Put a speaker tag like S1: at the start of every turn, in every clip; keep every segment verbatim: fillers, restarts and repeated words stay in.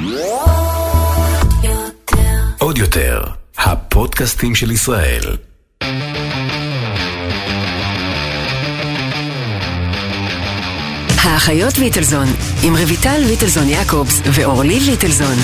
S1: עוד יותר, הפודקאסטים של ישראל.
S2: האחיות ליטלזון, עם רויטל ליטלזון יעקובס ואורלי ליטלזון.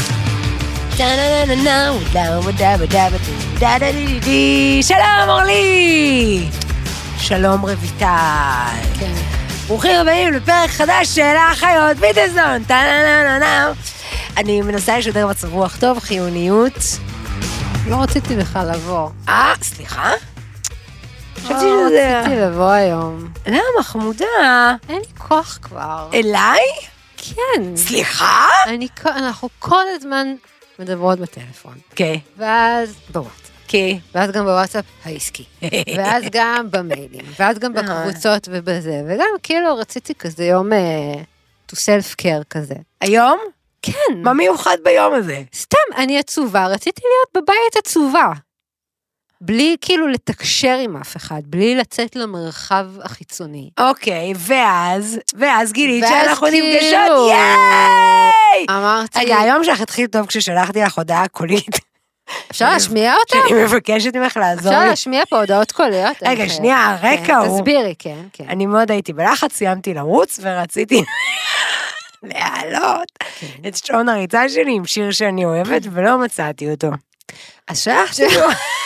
S3: שלום אורלי! שלום רויטל.
S4: כן.
S3: ברוכים הבאים לפרק חדש של האחיות ליטלזון. אני מנסה לשדר מצב רוח טוב, חיוניות.
S4: לא רציתי לך לבוא.
S3: אה, סליחה?
S4: לא רציתי לבוא היום.
S3: למה, חמודה?
S4: אין לי כוח כבר.
S3: אליי?
S4: כן.
S3: סליחה?
S4: אני, אנחנו כל הזמן מדברות בטלפון.
S3: כן.
S4: ואז בוואטסאפ.
S3: כן.
S4: ואז גם בוואטסאפ העסקי. ואז גם במיילים. ואז גם בקבוצות ובזה. וגם כאילו רציתי כזה יום to self-care כזה.
S3: היום?
S4: כן.
S3: מה מיוחד ביום הזה?
S4: סתם, אני עצובה. רציתי להיות בבית עצובה. בלי כאילו לתקשר עם אף אחד, בלי לצאת למרחב החיצוני.
S3: אוקיי, ואז, ואז גילית
S4: ואז
S3: שאנחנו
S4: כאילו,
S3: נפגשות, ייי!
S4: אמרתי...
S3: רגע, היום שלך התחיל טוב כששלחתי לך הודעה קולית.
S4: אפשר להשמיע אותה?
S3: שאני מבקשת ממך לעזור
S4: אפשר
S3: לי.
S4: להשמיע פה הודעות קוליות?
S3: רגע, שנייה, הרקע הוא...
S4: תסבירי, כן, כן.
S3: אני מאוד הייתי בלחץ, סיימתי לרוץ ורציתי להעלות את שעון הריצה שלי עם שיר שאני אוהבת, ולא מצאתי אותו. אז שלחתי לו...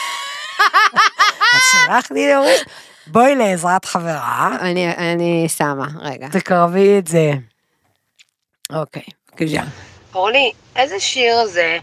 S3: אז שלחתי לו... בואי לעזרת חברה.
S4: אני שמה, רגע.
S3: תקרבי את זה. אוקיי, בבקשה. אורלי, איזה שיר זה?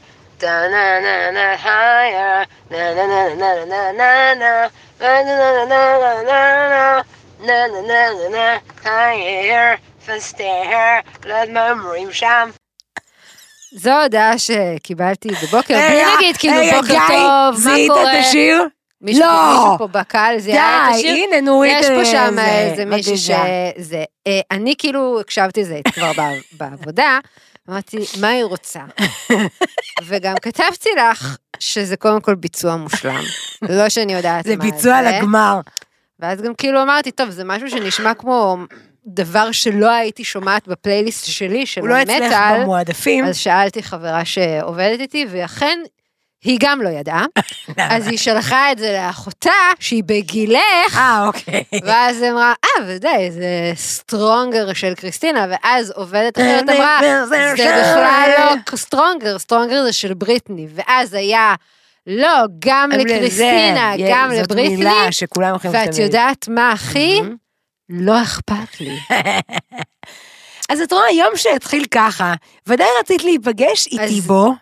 S4: זו הודעה שקיבלתי בבוקר, בלי נגיד כאילו בוקר טוב, מה קורה?
S3: את השיר?
S4: מישהו פה בקהל, זה היה את השיר?
S3: הנה, נורית
S4: יש פה שם
S3: זה,
S4: איזה מישהו
S3: מדהימה.
S4: שזה, אני כאילו הקשבתי זה כבר בעבודה, אמרתי, מה היא רוצה? וגם כתבתי לך שזה קודם כל ביצוע מושלם, לא שאני יודעת מה
S3: זה. זה ביצוע לגמר.
S4: ואז גם כאילו אמרתי, טוב, זה משהו שנשמע כמו דבר שלא הייתי שומעת בפלייליסט שלי, של המטל.
S3: הוא לא אצלך במועדפים.
S4: אז שאלתי חברה שעובדת איתי, ואכן היא גם לא ידעה, אז היא שלחה את זה לאחותה, שהיא בגילך,
S3: אה, אוקיי.
S4: ואז היא אמרה, אה, ודי, זה סטרונגר של קריסטינה, ואז עובדת אחרת אמרה, זה בכלל לא סטרונגר, סטרונגר זה של בריטני, ואז היה, לא, גם לקריסטינה, גם לבריטני, ואת יודעת מה, אחי? לא אכפת לי.
S3: אז את רואה, יום שהתחיל ככה, ודאי רצית להיפגש איתי בו,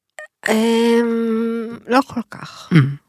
S4: לא כל כך.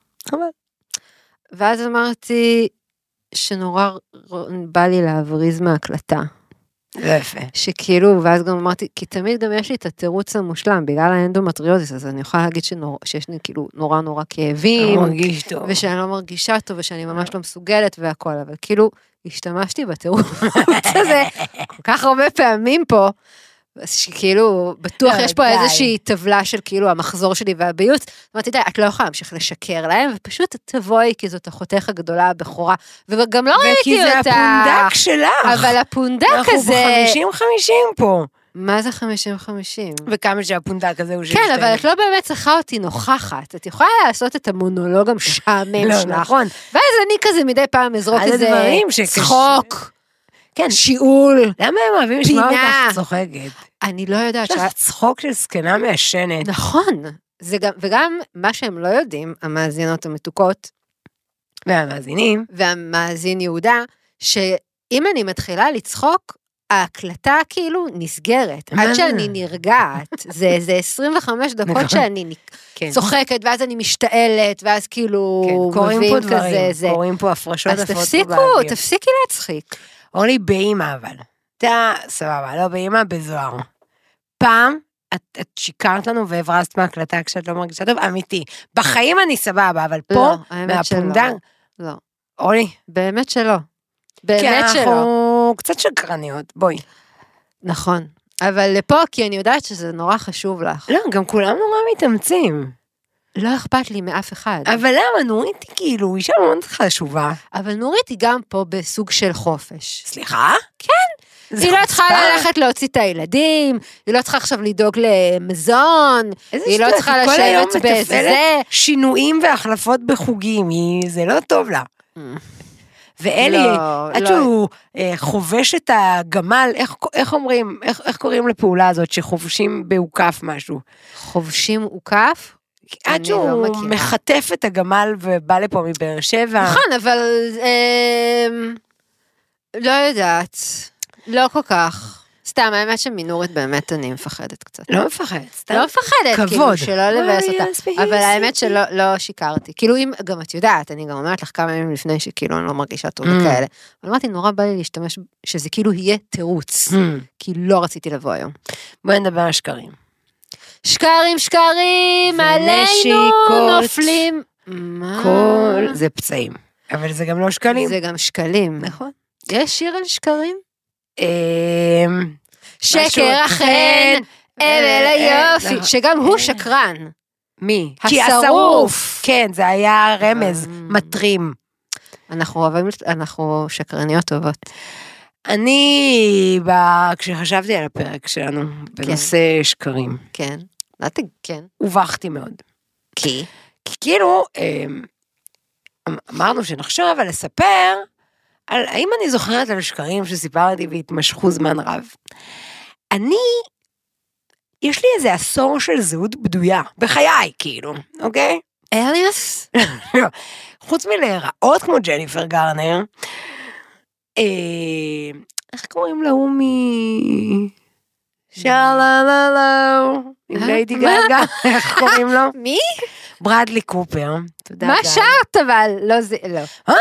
S4: ואז אמרתי שנורא בא לי להבריז מההקלטה.
S3: לא יפה.
S4: שכאילו, ואז גם אמרתי, כי תמיד גם יש לי את התירוץ המושלם, בגלל האנדומטריוזיס, אז אני יכולה להגיד שיש לי כאילו נורא נורא כאבים, ושאני לא מרגישה טוב, ושאני ממש לא מסוגלת והכל, אבל כאילו, השתמשתי בתירוץ הזה, כל כך הרבה פעמים פה, אז שכאילו, בטוח יש פה איזושהי טבלה של כאילו המחזור שלי והביוץ, אמרתי, די, את לא יכולה להמשיך לשקר להם, ופשוט תבואי, כי זאת אחותך הגדולה, הבכורה, וגם לא ראיתי אותה.
S3: וכי זה הפונדק שלך.
S4: אבל הפונדק הזה...
S3: אנחנו בחמישים חמישים פה.
S4: מה זה חמישים חמישים?
S3: וכמה שהפונדק הזה הוא
S4: כן, אבל את לא באמת צריכה אותי נוכחת, את יכולה לעשות את המונולוג המשעמם שלך.
S3: לא, נכון.
S4: ואז אני כזה מדי פעם אזרוק איזה צחוק.
S3: כן.
S4: שיעול.
S3: למה הם אוהבים לשמוע אותך צוחקת?
S4: אני לא יודעת.
S3: יש לך צחוק של זקנה מעשנת.
S4: נכון. וגם מה שהם לא יודעים, המאזינות המתוקות,
S3: והמאזינים,
S4: והמאזין יהודה, שאם אני מתחילה לצחוק, ההקלטה כאילו נסגרת, עד שאני נרגעת, זה איזה עשרים וחמש דקות שאני צוחקת, ואז אני משתעלת, ואז כאילו
S3: קוראים פה דברים, קוראים פה הפרשות.
S4: אז תפסיקו, תפסיקי להצחיק.
S3: אורלי באמא אבל, אתה סבבה, לא באמא, בזוהר. פעם, את, את שיקרת לנו והברזת מהקלטה כשאת לא מרגישה טוב, אמיתי. בחיים אני סבבה, אבל פה,
S4: לא,
S3: מהפונדק,
S4: לא.
S3: אורלי.
S4: באמת שלא. באמת
S3: כי
S4: שלא.
S3: אנחנו קצת שקרניות, בואי.
S4: נכון. אבל לפה, כי אני יודעת שזה נורא חשוב לך.
S3: לא, גם כולם נורא מתאמצים.
S4: לא אכפת לי מאף אחד.
S3: אבל למה? נורית היא כאילו, אישה מאוד חשובה.
S4: אבל נורית היא גם פה בסוג של חופש.
S3: סליחה?
S4: כן. היא לא צריכה ללכת להוציא את הילדים, היא לא צריכה עכשיו לדאוג למזון, היא לא צריכה לשבת בזה.
S3: שינויים והחלפות בחוגים, זה לא טוב לה. ואלי, עד שהוא חובש את הגמל, איך אומרים, איך קוראים לפעולה הזאת, שחובשים בעוקף משהו?
S4: חובשים עוקף?
S3: עד שהוא מחטף את הגמל ובא לפה מבאר שבע.
S4: נכון, אבל לא יודעת, לא כל כך. סתם, האמת שמינורית באמת אני מפחדת קצת.
S3: לא מפחדת, סתם.
S4: לא מפחדת,
S3: כבוד.
S4: כאילו, שלא לבאס אותה. אבל האמת שלא שיקרתי. כאילו, אם, גם את יודעת, אני גם אומרת לך כמה ימים לפני שכאילו אני לא מרגישה טוב וכאלה. אבל אמרתי, נורא בא לי להשתמש, שזה כאילו יהיה תירוץ. כי לא רציתי לבוא היום.
S3: בואי נדבר על שקרים.
S4: שקרים, שקרים, עלינו נופלים. מה?
S3: כל זה פצעים. אבל זה גם לא שקלים.
S4: זה גם שקלים.
S3: נכון.
S4: יש שיר על שקרים? שקר אכן, אבל היופי, שגם הוא שקרן.
S3: מי?
S4: כי השרוף.
S3: כן, זה היה רמז, מטרים.
S4: אנחנו אוהבים, אנחנו שקרניות טובות.
S3: אני, כשחשבתי על הפרק שלנו, בנושא שקרים.
S4: כן. כן.
S3: הובכתי מאוד.
S4: כי?
S3: כי כאילו, אמרנו שנחשוב על לספר, על האם אני זוכרת על שקרים שסיפרתי והתמשכו זמן רב. אני, יש לי איזה עשור של זהות בדויה, בחיי, כאילו, אוקיי?
S4: אליאס?
S3: חוץ מלהיראות כמו ג'ניפר גרנר, איך קוראים להוא מ... שלללו, עם ליידי גגה, איך קוראים לו?
S4: מי?
S3: ברדלי קופר.
S4: מה שרת אבל? לא זה, לא.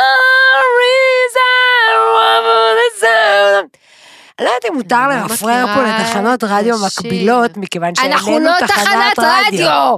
S3: אני לא יודעת אם מותר להפרר פה לתחנות רדיו מקבילות, מכיוון
S4: אנחנו לא תחנת רדיו.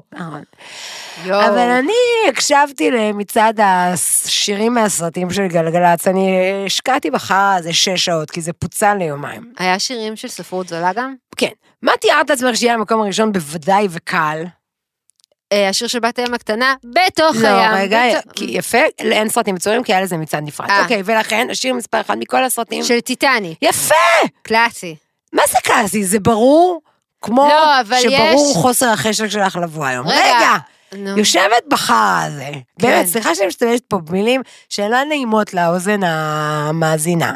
S3: אבל אני הקשבתי למצעד השירים מהסרטים של גלגלץ, אני השקעתי בחרה איזה שש שעות, כי זה פוצל ליומיים.
S4: היה שירים של ספרות זולה גם?
S3: כן. מה תיארת עצמך שיהיה למקום הראשון בוודאי וקל?
S4: השיר של בת הים הקטנה, בתוך
S3: לא,
S4: הים.
S3: לא, רגע, כי יפה, אין סרטים מצויים, כי היה לזה מצעד נפרד. אוקיי, ולכן, השיר מספר אחד מכל הסרטים.
S4: של טיטני.
S3: יפה!
S4: קלאסי.
S3: מה זה קלאסי? זה ברור, כמו
S4: לא, אבל
S3: שברור
S4: יש...
S3: חוסר החשק שלך לבוא היום.
S4: רגע.
S3: רגע,
S4: נו.
S3: יושבת בחרה הזה.
S4: כן.
S3: באמת, סליחה שאני משתמשת פה במילים שאינן נעימות לאוזן המאזינה.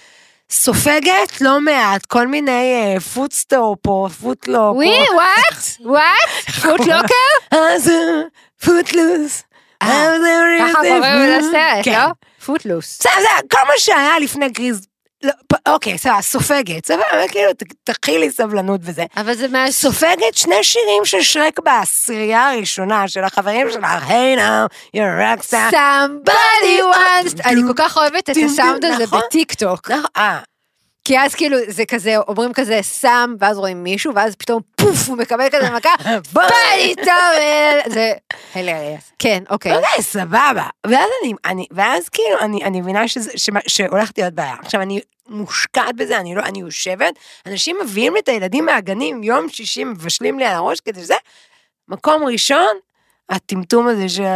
S3: סופגת לא מעט, כל מיני פוטסטופ או פוטלוק.
S4: ווי, וואט? וואט? פוטלוקר?
S3: אז פוטלוס.
S4: ככה קוראים לסרט, לא? פוטלוס.
S3: זה, זה, כל מה שהיה לפני גריז, אוקיי, סבבה, סופגת, סבבה, כאילו, תקחי לי סבלנות וזה.
S4: אבל זה מה...
S3: סופגת שני שירים של שרק בעשירייה הראשונה של החברים שלך, hey now, you're a rock star.
S4: Somebody wants... אני כל כך אוהבת את הסאונד הזה בטיק טוק.
S3: אה.
S4: כי אז כאילו זה כזה, אומרים כזה סם, ואז רואים מישהו, ואז פתאום פוף, הוא מקבל כזה מכה, ביי טוב, זה הילריאס. כן, אוקיי.
S3: אוקיי, סבבה. ואז אני, אני, ואז כאילו, אני, אני מבינה שזה, שהולכת להיות בעיה. עכשיו, אני מושקעת בזה, אני לא, אני יושבת, אנשים מביאים לי את הילדים מהגנים, יום שישי מבשלים לי על הראש, כדי שזה, מקום ראשון, הטמטום הזה של,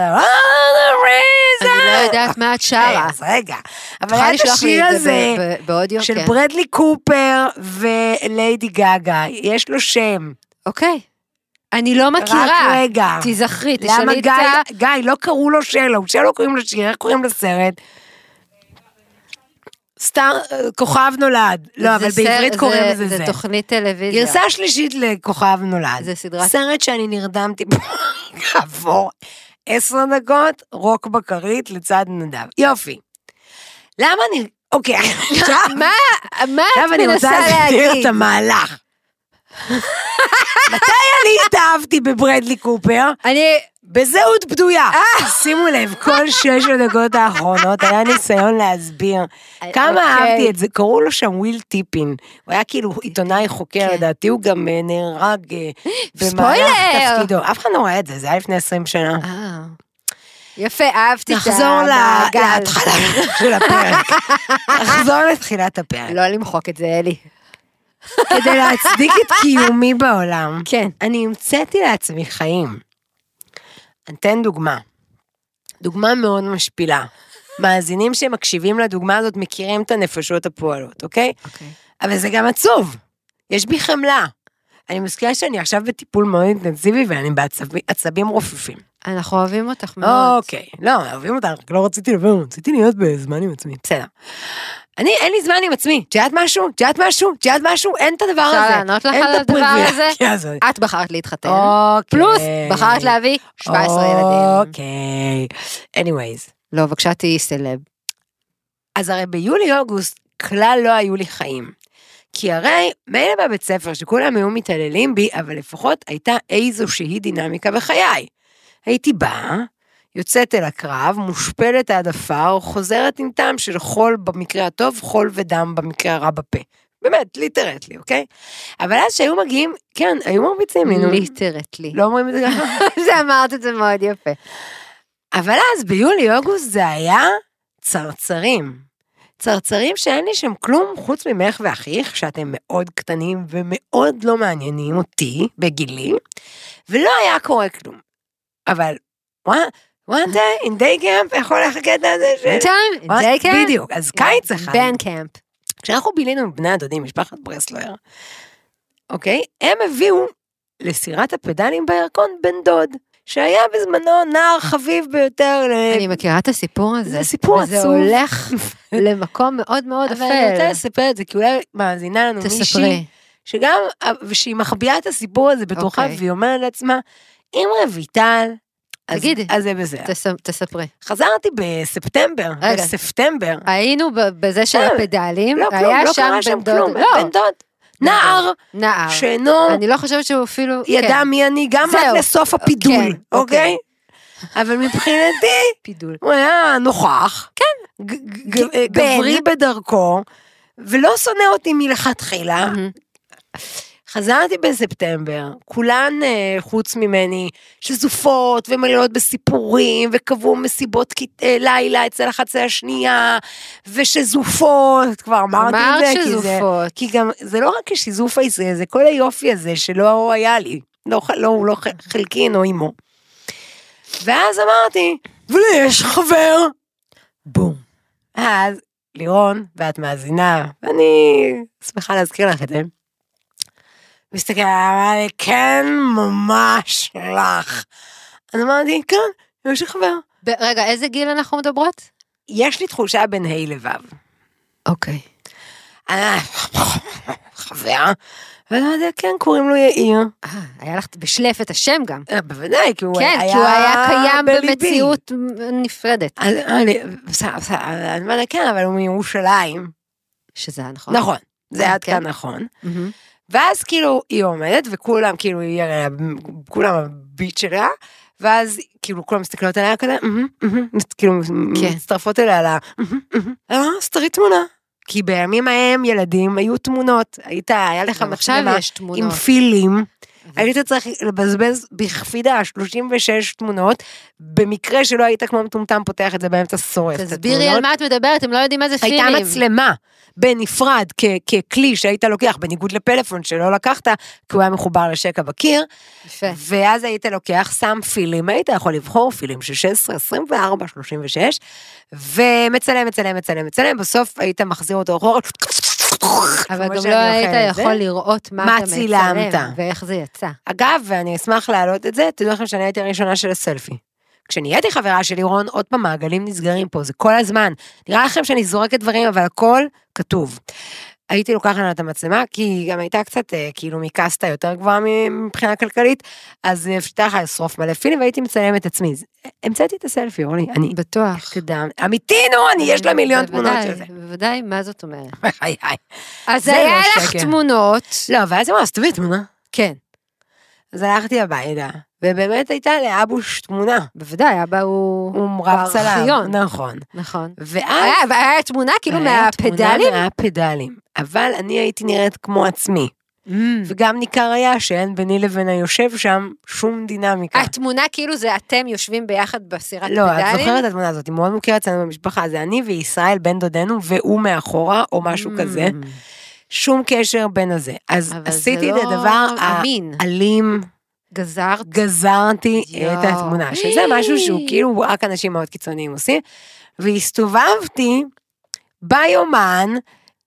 S4: אני לא יודעת מה את שרה.
S3: אז רגע, אבל היה את השיר הזה, של ברדלי קופר וליידי גגה, יש לו שם.
S4: אוקיי. אני לא מכירה.
S3: רק רגע.
S4: תזכרי, תשאלי את זה.
S3: גיא, לא קראו לו שלו, שלו קוראים לו שיר, איך קוראים לסרט? סטאר, כוכב נולד. לא, אבל בעברית קוראים לזה זה.
S4: זה תוכנית טלוויזיה.
S3: גרסה שלישית לכוכב נולד.
S4: זה סדרת.
S3: סרט שאני נרדמתי בו, כעבור עשר דקות, רוק בקרית לצד נדב. יופי. למה אני... אוקיי.
S4: מה? מה את מנסה להגיד?
S3: למה אני רוצה להסביר את המהלך? מתי אני התאהבתי בברדלי קופר?
S4: אני...
S3: בזהות בדויה. שימו לב, כל שש הדקות האחרונות היה ניסיון להסביר כמה אהבתי את זה. קראו לו שם וויל טיפין. הוא היה כאילו עיתונאי חוקר, לדעתי הוא גם נהרג במהלך תפקידו. אף אחד לא רואה את זה, זה היה לפני עשרים שנה.
S4: יפה, אהבתי את המעגל.
S3: נחזור להתחלה של הפרק. נחזור לתחילת הפרק.
S4: לא למחוק את זה, אלי.
S3: כדי להצדיק את קיומי בעולם.
S4: כן.
S3: אני המצאתי לעצמי חיים. אני אתן דוגמה. דוגמה מאוד משפילה. מאזינים שמקשיבים לדוגמה הזאת מכירים את הנפשות הפועלות, אוקיי?
S4: אוקיי.
S3: אבל זה גם עצוב. יש בי חמלה. אני מזכירה שאני עכשיו בטיפול מאוד אינטנסיבי, ואני בעצבים רופפים.
S4: אנחנו אוהבים אותך מאוד.
S3: אוקיי, לא, אוהבים אותך, לא רציתי לדבר, רציתי להיות בזמן עם עצמי. בסדר. אני, אין לי זמן עם עצמי. את יודעת משהו? את יודעת משהו? את יודעת משהו? אין את הדבר הזה.
S4: אפשר לענות לך על הדבר הזה? את בחרת להתחתן. פלוס, בחרת להביא שבע עשרה ילדים.
S3: אוקיי. anyways.
S4: לא, בבקשה תהיי סלב.
S3: אז הרי ביולי-אוגוסט כלל לא היו לי חיים. כי הרי, מילא בבית ספר שכולם היו מתעללים בי, אבל לפחות הייתה איזושהי דינמיקה בחיי. הייתי באה, יוצאת אל הקרב, מושפלת עד אפר, חוזרת עם טעם של חול במקרה הטוב, חול ודם במקרה הרע בפה. באמת, ליטרטלי, אוקיי? אבל אז שהיו מגיעים, כן, היו מרביצים לי.
S4: ליטרטלי.
S3: לא אומרים את זה ככה?
S4: זה אמרת את זה מאוד יפה.
S3: אבל אז ביולי-אוגוסט זה היה צרצרים. צרצרים שאין לי שם כלום חוץ ממך ואחיך, שאתם מאוד קטנים ומאוד לא מעניינים אותי בגילי, ולא היה קורה כלום. אבל, one day in day camp, איך הולך הקטע הזה?
S4: one time in day camp?
S3: בדיוק, אז קיץ אחד.
S4: בן קמפ.
S3: כשאנחנו בילינו עם בני הדודים, משפחת ברסלר, אוקיי? הם הביאו לסירת הפדלים בירקון בן דוד, שהיה בזמנו נער חביב ביותר.
S4: אני מכירה את הסיפור הזה.
S3: זה סיפור עצוב.
S4: וזה הולך למקום מאוד מאוד אפל.
S3: אבל אני רוצה לספר את זה, כי אולי מאזינה לנו מישהי, שגם, ושהיא מחביאה את הסיפור הזה בתוכה, והיא אומרת לעצמה, אם רויטל, אז זה בזה.
S4: תספרי.
S3: חזרתי בספטמבר, בספטמבר.
S4: היינו בזה של הפדלים,
S3: לא כלום, לא קרה שם כלום, בן דוד. נער,
S4: נער,
S3: שאינו,
S4: אני לא חושבת שהוא אפילו,
S3: ידע מי אני, גם עד לסוף הפידול, אוקיי? אבל מבחינתי,
S4: פידול,
S3: הוא היה נוכח,
S4: כן,
S3: גברי בדרכו, ולא שונא אותי מלכתחילה. חזרתי בספטמבר, כולן חוץ ממני, שזופות ומלאות בסיפורים, וקבעו מסיבות לילה אצל החצי השנייה, ושזופות, כבר אמרתי את זה, כי זה, כי גם, זה לא רק השיזוף הזה, זה כל היופי הזה, שלא היה לי, לא, לא, לא חלקי או אימו. ואז אמרתי, ויש חבר, בום. אז לירון, ואת מאזינה, ואני שמחה להזכיר לך את זה, מסתכל, אמר לי, כן, ממש לך. אז אמרתי, כן, יש לי חבר.
S4: רגע, איזה גיל אנחנו מדברות?
S3: יש לי תחושה בין ה' לבב.
S4: אוקיי.
S3: חבר. ואמרתי, כן, קוראים לו יאיר.
S4: היה לך בשלף את השם גם.
S3: בוודאי, כי הוא היה
S4: בליבי. כן, כי הוא היה קיים במציאות נפרדת.
S3: בסדר, בסדר, אני אומרת, כן, אבל הוא מירושלים.
S4: שזה היה נכון.
S3: נכון, זה עד כאן נכון. ואז כאילו היא עומדת, וכולם כאילו, כולם הביט שלה, ואז כאילו כולם מסתכלות עליה כזה, כאילו מצטרפות אליה, אה, סתרי תמונה. כי בימים ההם ילדים היו תמונות, היה לך מצלמה עם פילים, היית צריך לבזבז בכפידה שלושים ושש תמונות, במקרה שלא היית כמו מטומטם פותח את זה באמצע שורף.
S4: תסבירי על מה את מדברת, הם לא יודעים איזה פילים.
S3: הייתה מצלמה בנפרד ככלי שהיית לוקח, בניגוד לפלאפון שלא לקחת, כי הוא היה מחובר לשקע בקיר, ואז היית לוקח, שם פילים, היית יכול לבחור פילים של שש עשרה, עשרים וארבע, שלושים ושש, ומצלם, מצלם, מצלם, מצלם, בסוף היית מחזיר אותו אחורה,
S4: אבל גם לא היית יכול לראות מה אתה מצלם, ואיך זה יצא.
S3: אגב, ואני אשמח להעלות את זה, תדעו לכם שאני הייתי הראשונה של הסלפי. כשנהייתי חברה של לירון, עוד פעם מעגלים נסגרים פה, זה כל הזמן. נראה לכם שאני זורקת דברים, אבל הכל כתוב. הייתי לוקחת לנו את המצלמה, כי היא גם הייתה קצת, כאילו, מקסטה יותר גבוהה מבחינה כלכלית, אז אפשרתי לך לשרוף מלא פילים, והייתי מצלם את עצמי. המצאתי את הסלפי, אורלי, אני...
S4: בטוח.
S3: אמיתי, נו, אני, יש לה מיליון תמונות של זה.
S4: בוודאי, מה זאת אומרת?
S3: היי, היי.
S4: אז היה לך תמונות.
S3: לא, ואז אמרה, אז תביא תמונה.
S4: כן.
S3: אז הלכתי הביתה, ובאמת הייתה לאבוש תמונה.
S4: בוודאי, אבא הוא...
S3: הוא רב צלם. נכון.
S4: נכון.
S3: ואז...
S4: והיה תמונה כאילו מהפדלים?
S3: מהפדלים. אבל אני הייתי נראית כמו עצמי. וגם ניכר היה שאין ביני לבין היושב שם שום דינמיקה.
S4: התמונה כאילו זה אתם יושבים ביחד בסירת פדלים?
S3: לא, את זוכרת את התמונה הזאת, היא מאוד מוכרת אצלנו במשפחה, זה אני וישראל בן דודנו, והוא מאחורה, או משהו כזה. שום קשר בין הזה. אז עשיתי את הדבר האלים,
S4: גזרת?
S3: גזרתי את התמונה, שזה משהו שהוא כאילו רק אנשים מאוד קיצוניים עושים, והסתובבתי ביומן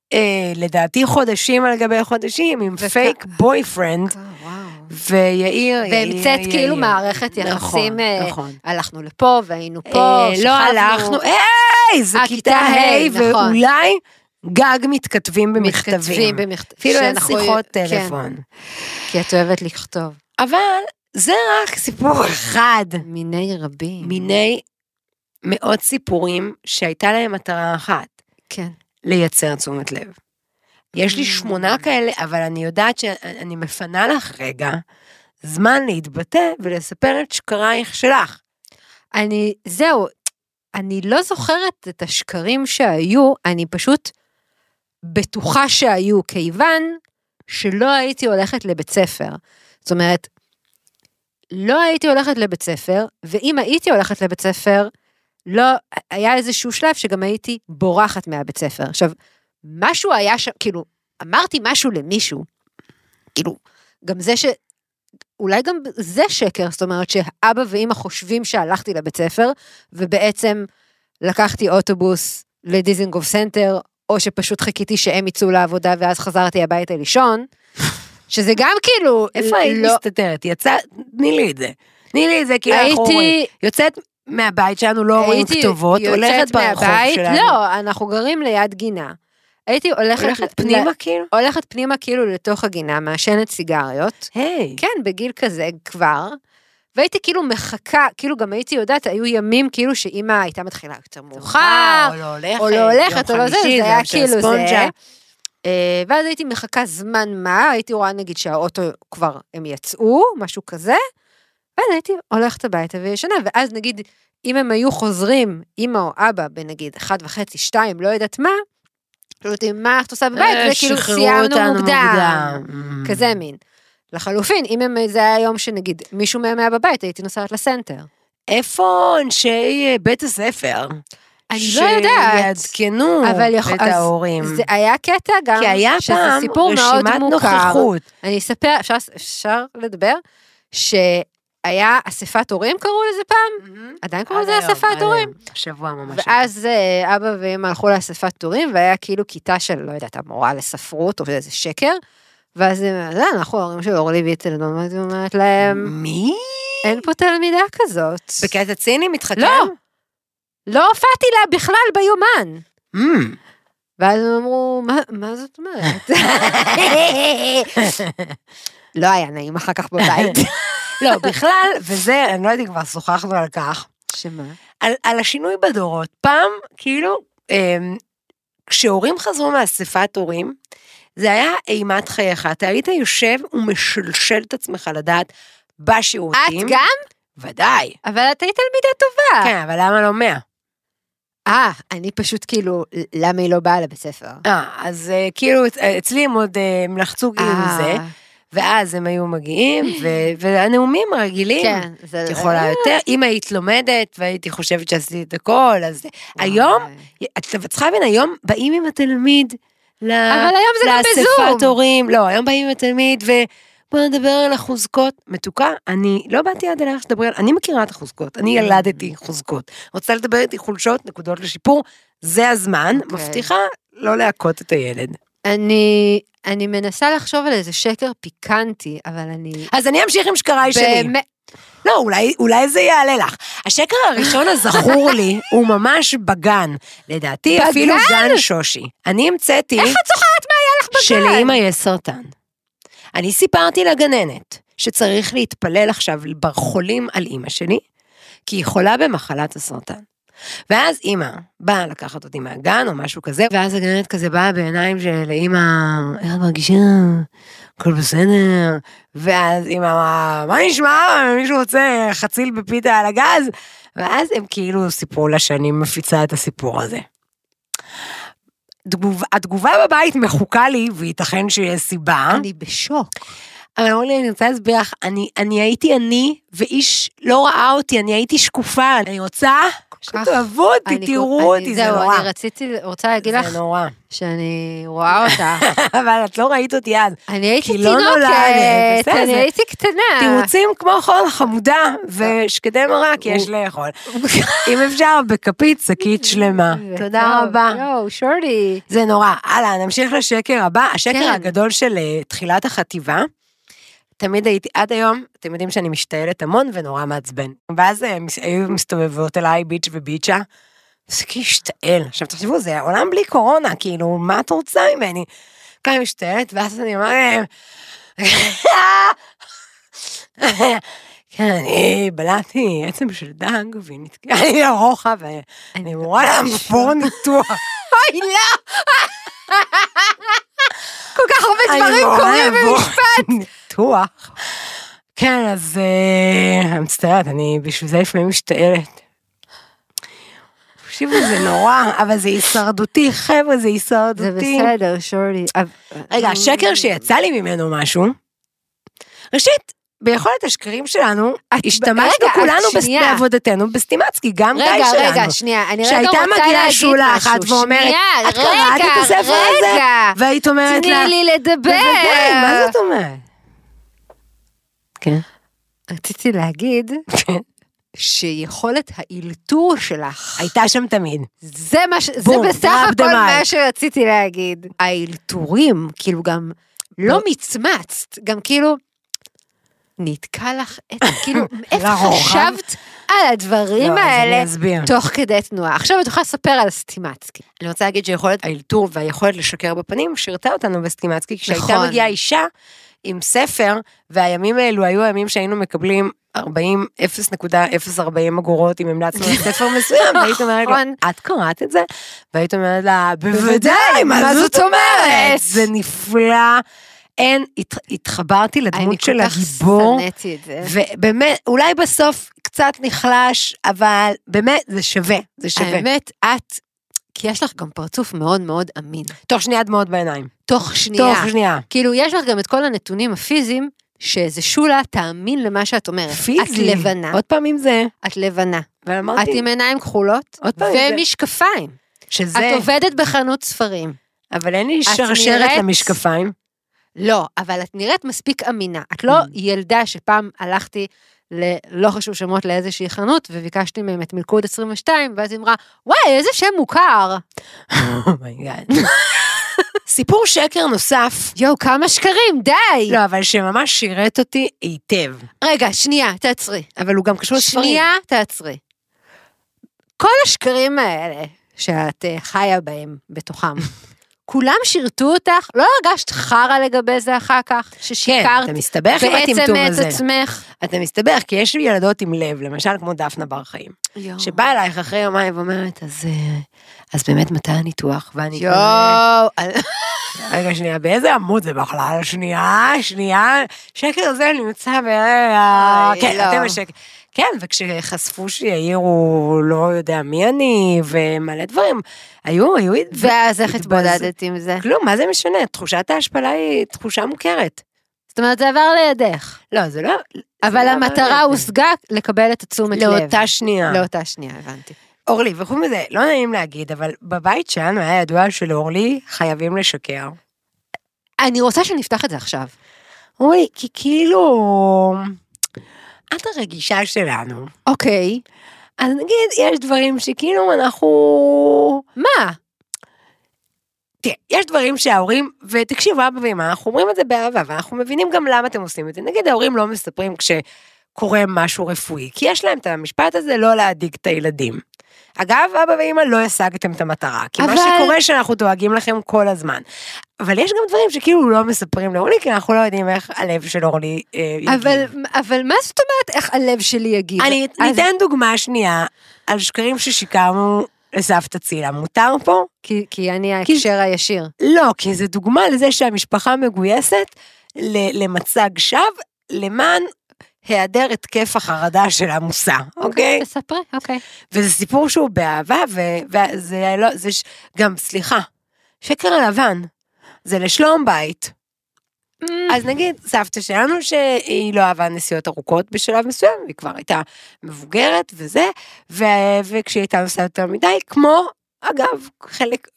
S3: לדעתי חודשים על גבי חודשים, עם פייק בויפרנד, ויאיר,
S4: והמצאת כאילו מערכת יחסים, הלכנו לפה והיינו פה,
S3: לא הלכנו, היי, זה כיתה היי, ואולי גג מתכתבים במכתבים, אפילו אין שיחות טלפון.
S4: כי את אוהבת לכתוב.
S3: אבל זה רק סיפור אחד.
S4: מיני רבים.
S3: מיני מאות סיפורים שהייתה להם מטרה אחת.
S4: כן.
S3: לייצר תשומת לב. יש לי שמונה כאלה, אבל אני יודעת שאני מפנה לך רגע זמן להתבטא ולספר את שקרייך שלך.
S4: אני, זהו, אני לא זוכרת את השקרים שהיו, אני פשוט בטוחה שהיו, כיוון שלא הייתי הולכת לבית ספר. זאת אומרת, לא הייתי הולכת לבית ספר, ואם הייתי הולכת לבית ספר, לא, היה איזשהו שלב שגם הייתי בורחת מהבית ספר. עכשיו, משהו היה ש... כאילו, אמרתי משהו למישהו, כאילו, גם זה ש... אולי גם זה שקר, זאת אומרת שאבא ואמא חושבים שהלכתי לבית ספר, ובעצם לקחתי אוטובוס לדיזינגוף סנטר, או שפשוט חיכיתי שהם יצאו לעבודה, ואז חזרתי הביתה לישון, שזה גם כאילו...
S3: איפה היית לא... מסתתרת? יצא... תני לי את זה. תני לי את זה, כאילו אנחנו רואים. יוצאת מהבית שלנו, לא רואים כתובות, הולכת ברחוב שלנו.
S4: לא, אנחנו גרים ליד גינה. הייתי הולכת...
S3: הולכת פנימה כאילו?
S4: הולכת פנימה כאילו לתוך הגינה, מעשנת סיגריות.
S3: היי.
S4: כן, בגיל כזה כבר. והייתי כאילו מחכה, כאילו גם הייתי יודעת, היו ימים כאילו שאמא הייתה מתחילה יותר מאוחר,
S3: או לא הולכת,
S4: או לא הולכת, או לא זה, זה היה כאילו זה. ואז הייתי מחכה זמן מה, הייתי רואה נגיד שהאוטו כבר הם יצאו, משהו כזה, ואז הייתי הולכת הביתה וישנה, ואז נגיד, אם הם היו חוזרים, אמא או אבא, בנגיד, אחד וחצי, שתיים, לא יודעת מה, לא יודעת מה את עושה בבית, זה כאילו סיימנו מוקדם, כזה מין. לחלופין, אם הם, זה היה יום שנגיד, מישהו מהם היה בבית, הייתי נוסעת לסנטר.
S3: איפה אנשי בית הספר?
S4: אני לא יודעת.
S3: שיעדכנו את ההורים.
S4: זה היה קטע גם,
S3: כי היה פעם רשימת נוכחות.
S4: אני אספר, אפשר, אפשר לדבר, שהיה אספת הורים, קראו לזה פעם? עדיין קראו לזה אספת הורים?
S3: שבוע ממש.
S4: ואז אבא ואמא הלכו לאספת הורים, והיה כאילו כיתה של, לא יודעת, המורה לספרות, או איזה שקר, ואז אנחנו ההורים של אורלי ויטלזון, ואז היא אומרת להם,
S3: מי?
S4: אין פה תלמידה כזאת.
S3: בקטע ציני מתחכם?
S4: לא. לא הופעתי לה בכלל ביומן.
S3: Mm.
S4: ואז הם אמרו, מה, מה זאת אומרת? לא היה נעים אחר כך בבית.
S3: לא, בכלל, וזה, אני לא יודעת, כבר שוחחנו על כך.
S4: שמה?
S3: על, על השינוי בדורות. פעם, כאילו, כשהורים חזרו מאספת הורים, זה היה אימת חייך. אתה היית יושב ומשלשל את עצמך לדעת בשירותים.
S4: את גם?
S3: ודאי.
S4: אבל את היית תלמידה טובה.
S3: כן, אבל למה לא מאה?
S4: אה, אני פשוט כאילו, למה היא לא באה לבית ספר?
S3: אה, אז כאילו, אצלי הם עוד לחצו כאילו זה, ואז הם היו מגיעים, והנאומים הרגילים,
S4: כן,
S3: את יכולה יותר, אם היית לומדת, והייתי חושבת שעשיתי את הכל, אז היום, את צריכה להבין, היום באים עם התלמיד,
S4: אבל היום זה גם בזום.
S3: לאספת הורים, לא, היום באים עם התלמיד, ו... בוא נדבר על החוזקות, מתוקה, אני לא באתי עד אלייך שדבר, אני מכירה את החוזקות, אני ילדתי חוזקות, רוצה לדבר איתי חולשות, נקודות לשיפור, זה הזמן, okay. מבטיחה לא להכות את הילד.
S4: אני, אני מנסה לחשוב על איזה שקר פיקנטי, אבל אני...
S3: אז אני אמשיך עם שקריי שלי. לא, אולי, אולי זה יעלה לך. השקר הראשון הזכור לי, הוא ממש בגן, לדעתי בגן? אפילו גן שושי. אני המצאתי...
S4: איך את זוכרת מה היה לך בגן?
S3: שלאמא יש סרטן. אני סיפרתי לגננת שצריך להתפלל עכשיו בחולים על אמא שלי, כי היא חולה במחלת הסרטן. ואז אמא באה לקחת אותי מהגן או משהו כזה, ואז הגננת כזה באה בעיניים של אמא, איך את מרגישה? הכל בסדר. ואז אמא אמרה, מה נשמע? מישהו רוצה חציל בפיתה על הגז? ואז הם כאילו סיפרו לה שאני מפיצה את הסיפור הזה. התגובה בבית מחוקה לי, וייתכן שיש סיבה.
S4: אני בשוק.
S3: אבל אמרו לי, אני רוצה להסביר לך, אני, אני הייתי אני, ואיש לא ראה אותי, אני הייתי שקופה, אני רוצה שתאהבו אותי, תראו אותי, זה נורא.
S4: אני רציתי, רוצה להגיד לך,
S3: זה נורא.
S4: שאני רואה אותה.
S3: אבל את לא ראית אותי אז.
S4: אני הייתי תינוקת, אני הייתי קטנה.
S3: תירוצים כמו חול חמודה, ושקדי מרק יש לאכול. אם אפשר, בכפית, שקית שלמה. תודה רבה.
S4: יואו, שורדי.
S3: זה נורא. הלאה, נמשיך לשקר הבא. השקר הגדול של תחילת החטיבה. תמיד הייתי, עד היום, אתם יודעים שאני משתעלת המון ונורא מעצבן. ואז היו מסתובבות אליי ביץ' וביצ'ה, זה כאילו השתעל. עכשיו תחשבו, זה העולם בלי קורונה, כאילו, מה את רוצה ממני? כאן משתעלת, ואז אני אומר להם, כן, אני בלעתי עצם של דג, והיא נתקעה לי לרוחה, ואני אמורה לעבור ניתוח.
S4: אוי, לא! כל כך הרבה דברים קורים במשפט.
S3: ניתוח. כן, אז אני מצטערת, אני בשביל זה לפעמים משתעלת. תקשיבו, זה נורא, אבל זה הישרדותי, חבר'ה, זה הישרדותי.
S4: זה בסדר, שורדי.
S3: רגע, השקר שיצא לי ממנו משהו, ראשית, ביכולת השקרים שלנו, השתמשנו כולנו בעבודתנו בסטימצקי, גם די שלנו.
S4: רגע, רגע, שנייה, אני רגע רוצה
S3: שהייתה מגיעה שולה אחת ואומרת, את קראת את הספר הזה? והיית אומרת לה,
S4: תני לי לדבר.
S3: בוודאי, מה זאת אומרת? כן.
S4: רציתי להגיד, שיכולת האילתור שלך,
S3: הייתה שם תמיד.
S4: זה בסך הכל מה שרציתי להגיד. האילתורים, כאילו גם לא מצמצת, גם כאילו, נתקע לך, כאילו, איפה חשבת על הדברים האלה, תוך כדי תנועה. עכשיו את יכולה לספר על סטימצקי.
S3: אני רוצה להגיד שיכולת האילתור והיכולת לשקר בפנים, שירתה אותנו בסטימצקי, כשהייתה מגיעה אישה עם ספר, והימים האלו היו הימים שהיינו מקבלים ארבעים, אפס נקודה אפס ארבעים אגורות, אם המלצנו לספר מסוים, והיית אומרת לה, את קוראת את זה? והיית אומרת לה, בוודאי, מה זאת אומרת? זה נפלא. אין, התחברתי לדמות של הגיבור, ובאמת, אולי בסוף קצת נחלש, אבל באמת זה שווה, זה שווה.
S4: האמת, את, כי יש לך גם פרצוף מאוד מאוד אמין.
S3: תוך שנייה דמעות בעיניים.
S4: תוך שנייה.
S3: תוך שנייה.
S4: כאילו, יש לך גם את כל הנתונים הפיזיים, שזה שולה, תאמין למה שאת אומרת.
S3: פיזי.
S4: את לבנה.
S3: עוד פעמים זה.
S4: את לבנה.
S3: ואמרתי.
S4: את עם עיניים כחולות, ומשקפיים.
S3: שזה.
S4: את עובדת בחנות ספרים.
S3: אבל אין לי שרשרת למשקפיים.
S4: לא, אבל את נראית מספיק אמינה. את לא ילדה שפעם הלכתי, לא חשוב שמות לאיזושהי חנות, וביקשתי מהם את מלכוד עשרים ושתיים, ואז היא אמרה, וואי, איזה שם מוכר.
S3: אומייגאד. סיפור שקר נוסף.
S4: יואו, כמה שקרים, די.
S3: לא, אבל שממש שירת אותי היטב.
S4: רגע, שנייה, תעצרי.
S3: אבל הוא גם קשור לספרים.
S4: שנייה, תעצרי. כל השקרים האלה, שאת חיה בהם בתוכם, כולם שירתו אותך, לא הרגשת חרה לגבי זה אחר כך, ששיקרת,
S3: כן, אתה מסתבך עם הטמטום הזה.
S4: בעצם את עצמך.
S3: אתה מסתבך, כי יש ילדות עם לב, למשל כמו דפנה בר חיים, שבאה אלייך אחרי יומיים ואומרת, אז, אז באמת מתי הניתוח? ואני
S4: יואו.
S3: רגע, שנייה, באיזה עמוד זה בכלל? שנייה, שנייה, שקר הזה נמצא ב... כן, אתם השקר. כן, וכשחשפו שיעירו לא יודע מי אני, ומלא דברים, היו, היו...
S4: ואז איך התבודדת עם זה?
S3: כלום, מה זה משנה? תחושת ההשפלה היא תחושה מוכרת.
S4: זאת אומרת, זה עבר לידך.
S3: לא, זה לא...
S4: אבל המטרה הושגה לקבל את התשומת לב.
S3: לאותה שנייה.
S4: לאותה שנייה, הבנתי.
S3: אורלי, וחוץ מזה, לא נעים להגיד, אבל בבית שלנו היה ידוע שלאורלי חייבים לשקר.
S4: אני רוצה שנפתח את זה עכשיו.
S3: אוי, כי כאילו... את הרגישה שלנו.
S4: אוקיי.
S3: אז נגיד, יש דברים שכאילו אנחנו...
S4: מה?
S3: תראה, יש דברים שההורים, ותקשיבו, אבא ואמא, אנחנו אומרים את זה באהבה, ואנחנו מבינים גם למה אתם עושים את זה. נגיד, ההורים לא מספרים כשקורה משהו רפואי, כי יש להם את המשפט הזה לא להדיג את הילדים. אגב, אבא ואמא לא השגתם את המטרה, כי אבל... מה שקורה שאנחנו דואגים לכם כל הזמן. אבל יש גם דברים שכאילו לא מספרים לאורלי, כי אנחנו לא יודעים איך הלב של אורלי אה, יגיב.
S4: אבל, אבל מה זאת אומרת איך הלב שלי יגיב?
S3: אני אז... ניתן דוגמה שנייה, על שקרים ששיקרנו לסבתא צילה. מותר פה?
S4: כי, כי אני ההקשר כי... הישיר.
S3: לא, כי זה דוגמה לזה שהמשפחה מגויסת למצג שווא, למען... היעדר התקף החרדה של המוסע, אוקיי?
S4: תספרי, אוקיי.
S3: וזה סיפור שהוא באהבה, וזה לא, זה גם, סליחה, שקר הלבן, זה לשלום בית. אז נגיד, סבתא שלנו שהיא לא אהבה נסיעות ארוכות בשלב מסוים, היא כבר הייתה מבוגרת וזה, וכשהיא הייתה נוסעת יותר מדי, כמו, אגב, חלק...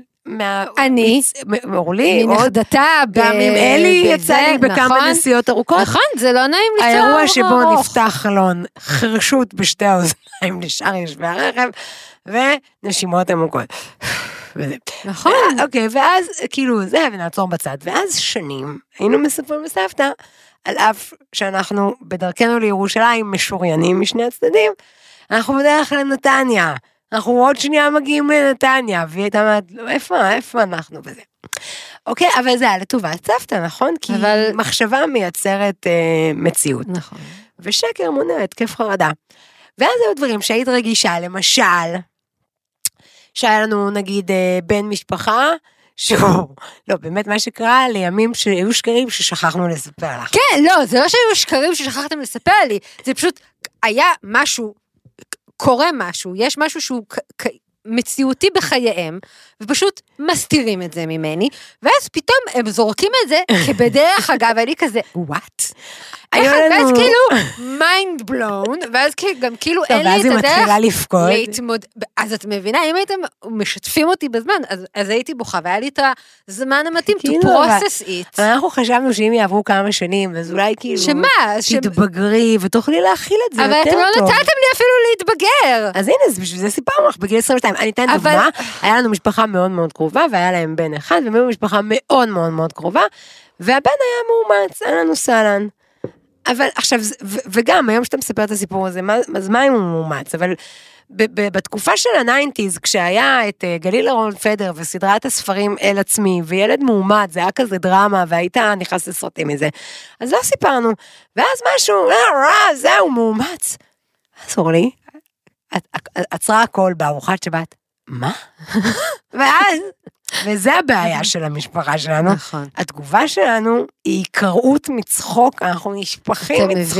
S4: אני,
S3: אורלי,
S4: מנכדתה,
S3: גם עם אלי יצא לי בכמה נסיעות ארוכות.
S4: נכון, זה לא נעים לנסוע ארוך.
S3: האירוע שבו נפתח חלון חרשות בשתי האוזניים לשאר יושבי הרכב, ונשימות עמוקות.
S4: נכון.
S3: אוקיי, ואז כאילו זה, ונעצור בצד, ואז שנים היינו מספרים לסבתא, על אף שאנחנו בדרכנו לירושלים משוריינים משני הצדדים, אנחנו בדרך לנתניה. אנחנו עוד שנייה מגיעים לנתניה, והיא הייתה אומרת, איפה, איפה אנחנו בזה? אוקיי, אבל זה היה לטובת סבתא, נכון? כי אבל... מחשבה מייצרת אה, מציאות.
S4: נכון.
S3: ושקר מונע התקף חרדה. ואז היו דברים שהיית רגישה, למשל, שהיה לנו נגיד אה, בן משפחה, שהוא, לא, באמת מה שקרה, לימים שהיו שקרים ששכחנו לספר לך.
S4: כן, לא, זה לא שהיו שקרים ששכחתם לספר לי, זה פשוט היה משהו, קורה משהו, יש משהו שהוא מציאותי בחייהם, ופשוט מסתירים את זה ממני, ואז פתאום הם זורקים את זה, כבדרך אגב, אני כזה, what? ואז כאילו, mind blown, ואז גם כאילו אין לי את הדרך להתמודד, אז את מבינה, אם הייתם משתפים אותי בזמן, אז הייתי בוכה, והיה לי את הזמן המתאים, to process it.
S3: אנחנו חשבנו שאם יעברו כמה שנים, אז אולי כאילו,
S4: שמה?
S3: תתבגרי, ותוכלי להכיל את זה יותר טוב.
S4: אבל אתם לא נתתם לי אפילו להתבגר.
S3: אז הנה, בשביל זה סיפרנו לך, בגיל עשרים ושתיים, אני אתן דוגמה, היה לנו משפחה מאוד מאוד קרובה, והיה להם בן אחד, והם היו משפחה מאוד מאוד מאוד קרובה, והבן היה מאומץ, היה לנו סלן. אבל עכשיו, וגם היום שאתה מספר את הסיפור הזה, אז מה אם הוא מאומץ? אבל בתקופה של הניינטיז, כשהיה את גליל אהרון פדר, וסדרת הספרים אל עצמי, וילד מאומץ, זה היה כזה דרמה, והייתה נכנס לסרטים מזה, אז לא סיפרנו, ואז משהו, אה, זהו, מאומץ. אז אורלי, עצרה הכל בארוחת שבת, מה? ואז, וזה הבעיה של המשפחה שלנו,
S4: נכון.
S3: התגובה שלנו היא קראות מצחוק, אנחנו נשפכים מצחוק,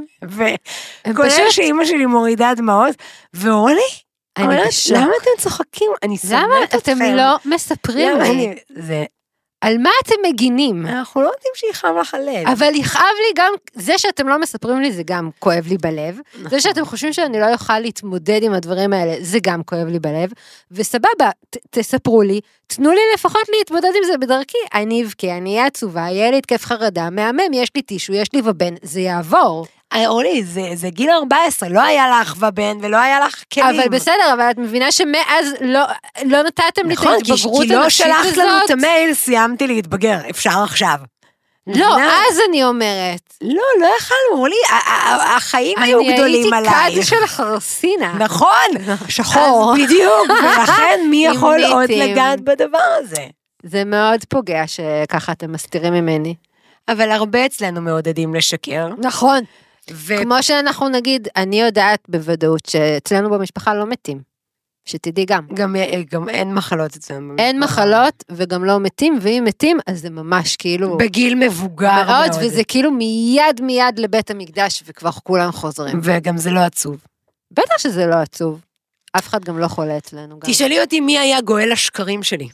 S3: וכל זה שאימא שלי מורידה דמעות, ואורלי, למה אתם צוחקים? אני שונאת אתכם.
S4: למה אתם לא מספרים לי?
S3: זה...
S4: על מה אתם מגינים?
S3: אנחנו לא יודעים שיחם לך הלב.
S4: אבל יכאב לי גם, זה שאתם לא מספרים לי, זה גם כואב לי בלב. זה שאתם חושבים שאני לא יוכל להתמודד עם הדברים האלה, זה גם כואב לי בלב. וסבבה, תספרו לי, תנו לי לפחות להתמודד עם זה בדרכי. אני אבכה, אני אהיה עצובה, יהיה לי התקף חרדה, מהמם, יש לי טישו, יש לי ובן, זה יעבור.
S3: אורלי, זה, זה גיל ארבע עשרה, לא היה לך ובן ולא היה לך כלים.
S4: אבל בסדר, אבל את מבינה שמאז לא, לא נתתם
S3: נכון,
S4: לי את ההתבגרות הנפשית הזאת.
S3: נכון, כי לא שלחת לנו את המייל, סיימתי להתבגר, אפשר עכשיו.
S4: לא, אז אני אומרת.
S3: לא, לא יכלנו, אורלי, החיים היו גדולים עלייך.
S4: אני הייתי קד של חרסינה.
S3: נכון,
S4: שחור.
S3: אז בדיוק, ולכן מי יכול עוד לגעת בדבר הזה?
S4: זה מאוד פוגע שככה אתם מסתירים ממני.
S3: אבל הרבה אצלנו מעודדים לשקר.
S4: נכון. ו... כמו שאנחנו נגיד, אני יודעת בוודאות שאצלנו במשפחה לא מתים. שתדעי גם.
S3: גם, גם אין מחלות אצלנו.
S4: אין מחלות וגם לא מתים, ואם מתים, אז זה ממש כאילו...
S3: בגיל מבוגר מאוד.
S4: מאוד, וזה כאילו מיד מיד לבית המקדש, וכבר כולם חוזרים.
S3: וגם זה לא עצוב.
S4: בטח שזה לא עצוב. אף אחד גם לא חולה אצלנו. גם.
S3: תשאלי אותי מי היה גואל השקרים שלי.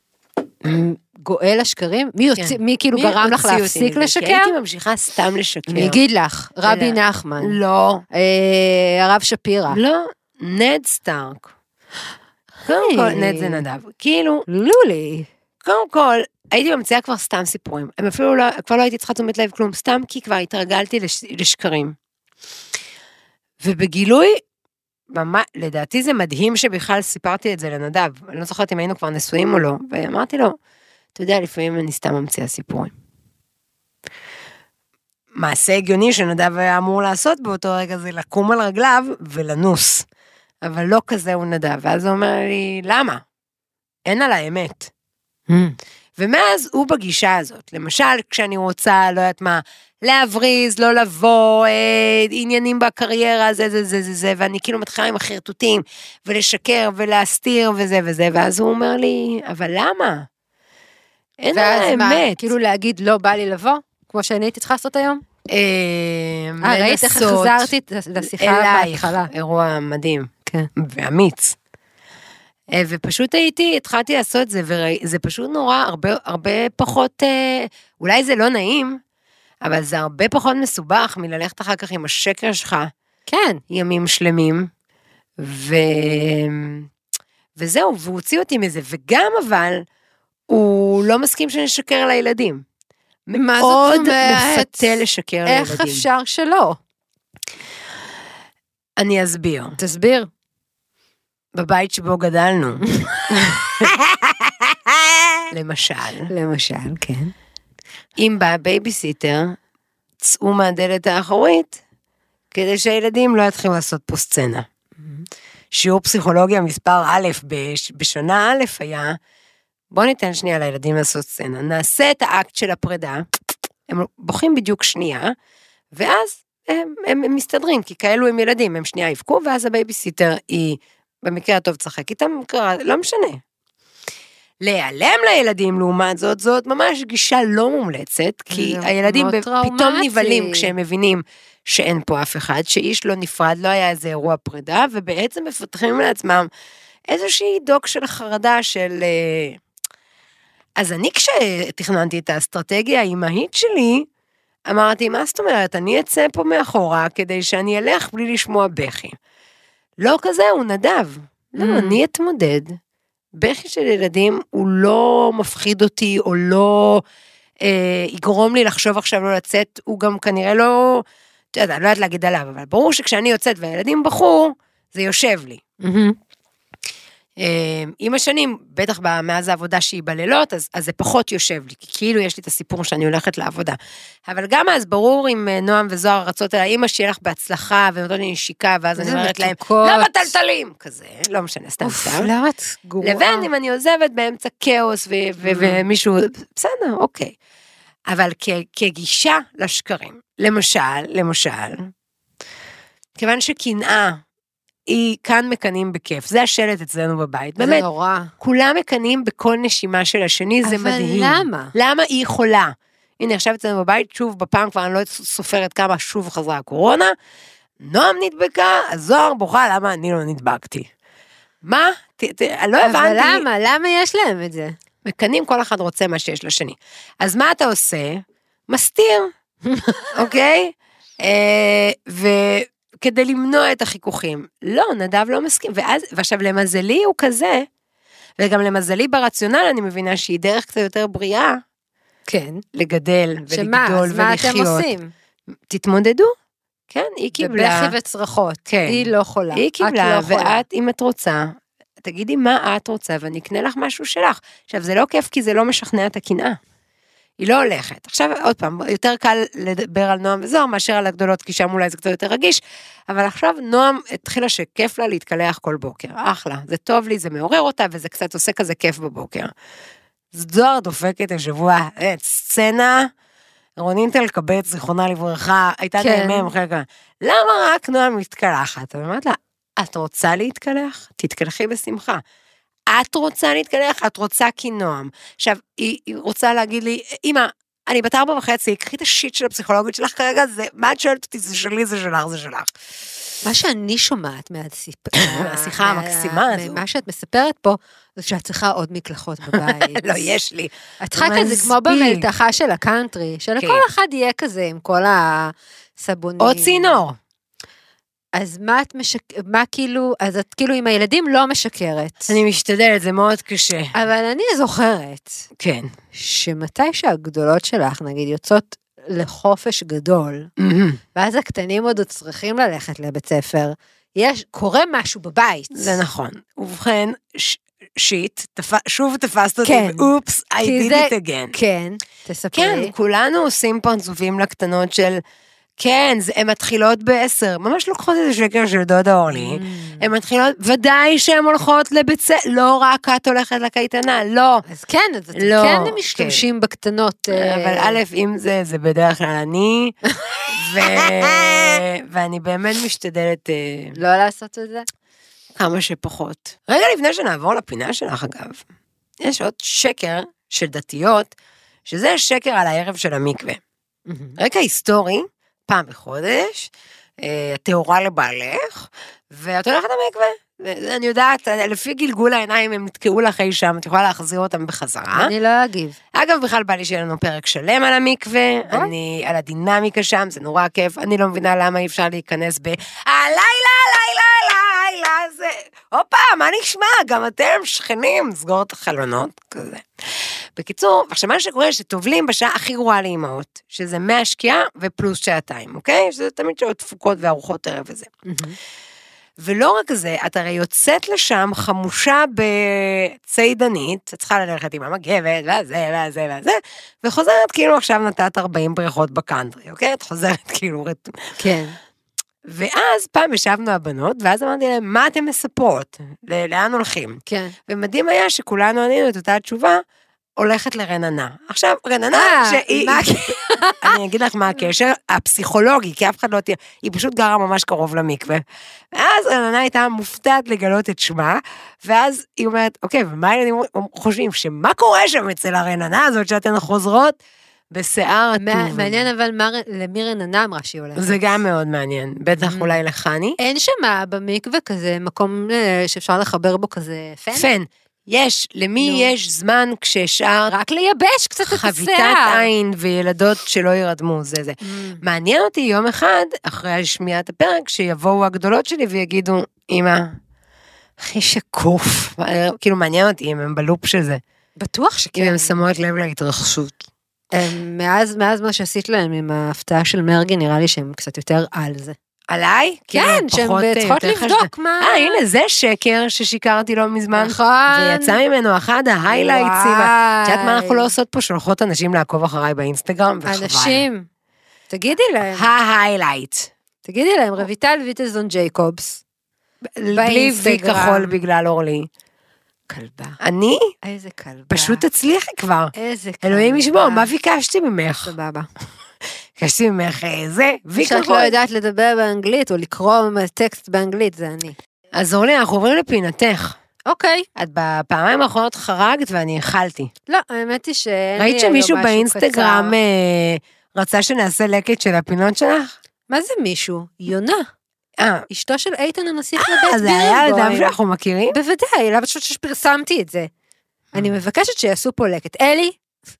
S4: גואל השקרים? מי, כן. יוצא, מי כאילו מי גרם לך להפסיק לשקר? כי
S3: הייתי ממשיכה סתם לשקר.
S4: אני אגיד לך, רבי נחמן.
S3: לא.
S4: אה, הרב שפירא.
S3: לא, נד סטארק. קודם כל, נד זה נדב. כאילו,
S4: לולי.
S3: קודם כל, הייתי ממציאה כבר סתם סיפורים. הם אפילו לא, כבר לא הייתי צריכה תשומת לב כלום, סתם כי כבר התרגלתי לש, לשקרים. ובגילוי, ממש, לדעתי זה מדהים שבכלל סיפרתי את זה לנדב. אני לא זוכרת אם היינו כבר נשואים או לא. ואמרתי לו, אתה יודע, לפעמים אני סתם ממציאה סיפורים. מעשה הגיוני שנדב היה אמור לעשות באותו רגע זה לקום על רגליו ולנוס. אבל לא כזה הוא נדב. ואז הוא אומר לי, למה? אין על האמת. Mm. ומאז הוא בגישה הזאת. למשל, כשאני רוצה, לא יודעת מה, להבריז, לא לבוא, אה, עניינים בקריירה, זה, זה, זה, זה, זה, ואני כאילו מתחילה עם החרטוטים, ולשקר ולהסתיר וזה וזה, ואז הוא אומר לי, אבל למה? אין על האמת.
S4: כאילו להגיד, לא בא לי לבוא? כמו שאני הייתי צריכה לעשות היום?
S3: אה,
S4: ראית איך החזרתי לשיחה בהתחלה.
S3: אירוע מדהים. כן. ואמיץ. ופשוט הייתי, התחלתי לעשות את זה, וזה פשוט נורא, הרבה, הרבה פחות, אולי זה לא נעים, אבל זה הרבה פחות מסובך מללכת אחר כך עם השקר שלך.
S4: כן.
S3: ימים שלמים. ו... וזהו, והוא הוציא אותי מזה, וגם אבל, הוא לא מסכים שנשקר לילדים. מאוד מפתה לשקר לילדים.
S4: איך אפשר שלא?
S3: אני אסביר.
S4: תסביר.
S3: בבית שבו גדלנו. למשל.
S4: למשל, כן.
S3: אם בא בייביסיטר, צאו מהדלת האחורית, כדי שהילדים לא יתחילו לעשות פה סצנה. שיעור פסיכולוגיה מספר א' בשנה א' היה, בוא ניתן שנייה לילדים לעשות סצנה, נעשה את האקט של הפרידה, הם בוכים בדיוק שנייה, ואז הם, הם, הם מסתדרים, כי כאלו הם ילדים, הם שנייה יבכו, ואז הבייביסיטר היא, במקרה הטוב צחק איתם, לא משנה. להיעלם לילדים לעומת זאת, זאת ממש גישה לא מומלצת, כי הילדים פתאום נבלים כשהם מבינים שאין פה אף אחד, שאיש לא נפרד, לא היה איזה אירוע פרידה, ובעצם מפתחים לעצמם איזושהי דוק של חרדה של... אז אני כשתכננתי את האסטרטגיה האימהית שלי, אמרתי, מה זאת אומרת, אני אצא פה מאחורה, כדי שאני אלך בלי לשמוע בכי. לא כזה, הוא נדב. לא, אני אתמודד. בכי של ילדים הוא לא מפחיד אותי, או לא אה, יגרום לי לחשוב עכשיו לא לצאת, הוא גם כנראה לא, אתה יודע, לא יודעת להגיד עליו, אבל ברור שכשאני יוצאת והילדים בחור, זה יושב לי. עם השנים, בטח מאז העבודה שהיא בלילות, אז, אז זה פחות יושב לי, כי כאילו יש לי את הסיפור שאני הולכת לעבודה. אבל גם אז ברור עם נועם וזוהר רצות על האמא שיהיה לך בהצלחה, ונותן לי נשיקה, ואז אני אומרת להם, לא בטלטלים, כזה, לא משנה, סתם סתם. לבין אם אני עוזבת באמצע כאוס, ומישהו, בסדר, אוקיי. אבל כגישה לשקרים, למשל, למשל, כיוון שקנאה, היא כאן מקנים בכיף, זה השלט אצלנו בבית,
S4: זה
S3: באמת,
S4: נורא.
S3: כולם מקנים בכל נשימה של השני, זה מדהים.
S4: אבל למה?
S3: למה היא יכולה? הנה, עכשיו אצלנו בבית, שוב בפעם כבר אני לא סופרת כמה שוב חזרה הקורונה, נועם נדבקה, הזוהר בוכה, למה אני לא נדבקתי? מה? ת, ת, אני לא הבנתי.
S4: אבל למה? למה יש להם את זה?
S3: מקנים, כל אחד רוצה מה שיש לשני. אז מה אתה עושה? מסתיר, אוקיי? ו... כדי למנוע את החיכוכים. לא, נדב לא מסכים. ואז, ועכשיו למזלי הוא כזה, וגם למזלי ברציונל, אני מבינה שהיא דרך קצת יותר בריאה,
S4: כן.
S3: לגדל ולגדול ולחיות.
S4: מה אתם עושים?
S3: תתמודדו. כן, היא קיבלה.
S4: בבכי וצרחות.
S3: כן.
S4: היא לא חולה.
S3: היא קיבלה, ואת, אם את רוצה, תגידי מה את רוצה, ואני אקנה לך משהו שלך. עכשיו, זה לא כיף, כי זה לא משכנע את הקנאה. היא לא הולכת. עכשיו, עוד פעם, יותר קל לדבר על נועם וזוהר, מאשר על הגדולות, כי שם אולי זה קצת יותר רגיש, אבל עכשיו נועם התחילה שכיף לה להתקלח כל בוקר. אחלה, זה טוב לי, זה מעורר אותה, וזה קצת עושה כזה כיף בבוקר. זוהר דופקת השבוע, את סצנה, רונין תלקבץ, זיכרונה לברכה, הייתה נעמם, חלקה, למה רק נועם מתקלחת? אני אומרת לה, את רוצה להתקלח? תתקלחי בשמחה. את רוצה להתקלח, את רוצה כי נועם. עכשיו, היא, היא רוצה להגיד לי, אמא, אני בת ארבע וחצי, קחי את השיט של הפסיכולוגית שלך כרגע, זה, מה את שואלת אותי, זה שלי, זה שלך, זה שלך.
S4: מה שאני שומעת
S3: מהשיחה המקסימה הזו.
S4: מה שאת מספרת פה, זה שאת צריכה עוד מקלחות בבית.
S3: לא, יש לי.
S4: את צריכה כזה כמו במלתחה של הקאנטרי, שלכל אחד יהיה כזה עם כל הסבונים.
S3: או צינור.
S4: אז מה את משק... מה כאילו, אז את כאילו עם הילדים לא משקרת.
S3: אני משתדלת, זה מאוד קשה.
S4: אבל אני זוכרת.
S3: כן.
S4: שמתי שהגדולות שלך, נגיד, יוצאות לחופש גדול, ואז הקטנים עוד צריכים ללכת לבית ספר, יש, קורה משהו בבית.
S3: זה נכון. ובכן, ש... שיט, תפ... שוב תפסת אותי, כן. אופס, I did זה... it again.
S4: כן, תספרי.
S3: כן, כולנו עושים פרצופים לקטנות של... כן, הן מתחילות בעשר, ממש לוקחות איזה שקר של דודה אורלי, הן מתחילות, ודאי שהן הולכות לבית ספר, לא רק את הולכת לקייטנה, לא.
S4: אז כן, אז אתם כן משתמשים בקטנות.
S3: אבל א', אם זה, זה בדרך כלל אני, ואני באמת משתדלת...
S4: לא לעשות את זה?
S3: כמה שפחות. רגע לפני שנעבור לפינה שלך, אגב, יש עוד שקר של דתיות, שזה שקר על הערב של המקווה. רקע היסטורי, פעם בחודש, את תאורה לבעלך, ואת הולכת למקווה, אני יודעת, לפי גלגול העיניים הם נתקעו לך אי שם, את יכולה להחזיר אותם בחזרה.
S4: אני לא אגיב.
S3: אגב, בכלל בא לי שיהיה לנו פרק שלם על המקווה, אני, על הדינמיקה שם, זה נורא כיף, אני לא מבינה למה אי אפשר להיכנס ב... הלילה, הלילה, הלילה, זה... הופה, מה נשמע? גם אתם שכנים, סגור את החלונות, כזה. בקיצור, עכשיו מה שקורה שטובלים בשעה הכי גרועה לאמהות, שזה מהשקיעה ופלוס שעתיים, אוקיי? שזה תמיד שעות תפוקות וארוחות ערב וזה. ולא רק זה, את הרי יוצאת לשם חמושה בציידנית, את צריכה ללכת עם המגבת, וזה, וזה, וזה, וחוזרת כאילו עכשיו נתת ארבעים בריכות בקאנטרי, אוקיי? את חוזרת כאילו...
S4: כן.
S3: ואז פעם ישבנו הבנות, ואז אמרתי להם, מה אתם מספרות? לאן הולכים?
S4: כן.
S3: ומדהים היה שכולנו ענינו את אותה התשובה, הולכת לרננה. עכשיו, רננה, שהיא... אני אגיד לך מה הקשר, הפסיכולוגי, כי אף אחד לא תהיה, היא פשוט גרה ממש קרוב למקווה. ואז רננה הייתה מופתעת לגלות את שמה, ואז היא אומרת, אוקיי, ומה הילדים חושבים, שמה קורה שם אצל הרננה הזאת, שאתן חוזרות בשיער הטוב.
S4: מעניין אבל למי רננה אמרה שהיא הולכת.
S3: זה גם מאוד מעניין, בטח אולי לחני.
S4: אין שמה במקווה כזה, מקום שאפשר לחבר בו כזה פן?
S3: פן. יש, למי יש זמן כשאפשר
S4: רק לייבש קצת את השיער.
S3: חביתת עין וילדות שלא ירדמו, זה זה. מעניין אותי יום אחד, אחרי שמיעת הפרק, שיבואו הגדולות שלי ויגידו, אמא, הכי שקוף, כאילו מעניין אותי אם הם בלופ של זה.
S4: בטוח שכן.
S3: אם הם שמות לב להתרחשות.
S4: מאז, מאז מה שעשית להם עם ההפתעה של מרגי, נראה לי שהם קצת יותר על זה.
S3: עליי?
S4: כן, שהן צריכות לבדוק מה...
S3: אה, הנה, זה שקר ששיקרתי לא מזמן.
S4: נכון.
S3: ויצא ממנו אחד ההיילייטסים. את יודעת מה אנחנו לא עושות פה? שולחות אנשים לעקוב אחריי באינסטגרם, וחבל.
S4: אנשים, תגידי להם.
S3: ההיילייט.
S4: תגידי להם, רויטל ויטלזון ג'ייקובס.
S3: בלי וי כחול בגלל אורלי.
S4: כלבה.
S3: אני?
S4: איזה כלבה.
S3: פשוט תצליחי כבר.
S4: איזה כלבה.
S3: אלוהים ישמור, מה ביקשתי ממך?
S4: סבבה.
S3: ביקשתי ממך זה, וי כחול.
S4: שאת לא יודעת לדבר באנגלית, או לקרוא טקסט באנגלית, זה אני.
S3: אז אורלי, אנחנו עוברים לפינתך.
S4: אוקיי.
S3: את בפעמיים האחרונות חרגת ואני אכלתי.
S4: לא, האמת היא שאין לי
S3: ראית שמישהו באינסטגרם רצה שנעשה לקט של הפינות שלך?
S4: מה זה מישהו? יונה. אשתו של איתן הנסיך לבית
S3: בירנבוים. זה היה אדם שאנחנו מכירים?
S4: בוודאי, למה פשוט שפרסמתי את זה. אני מבקשת שיעשו פה לקט. אלי?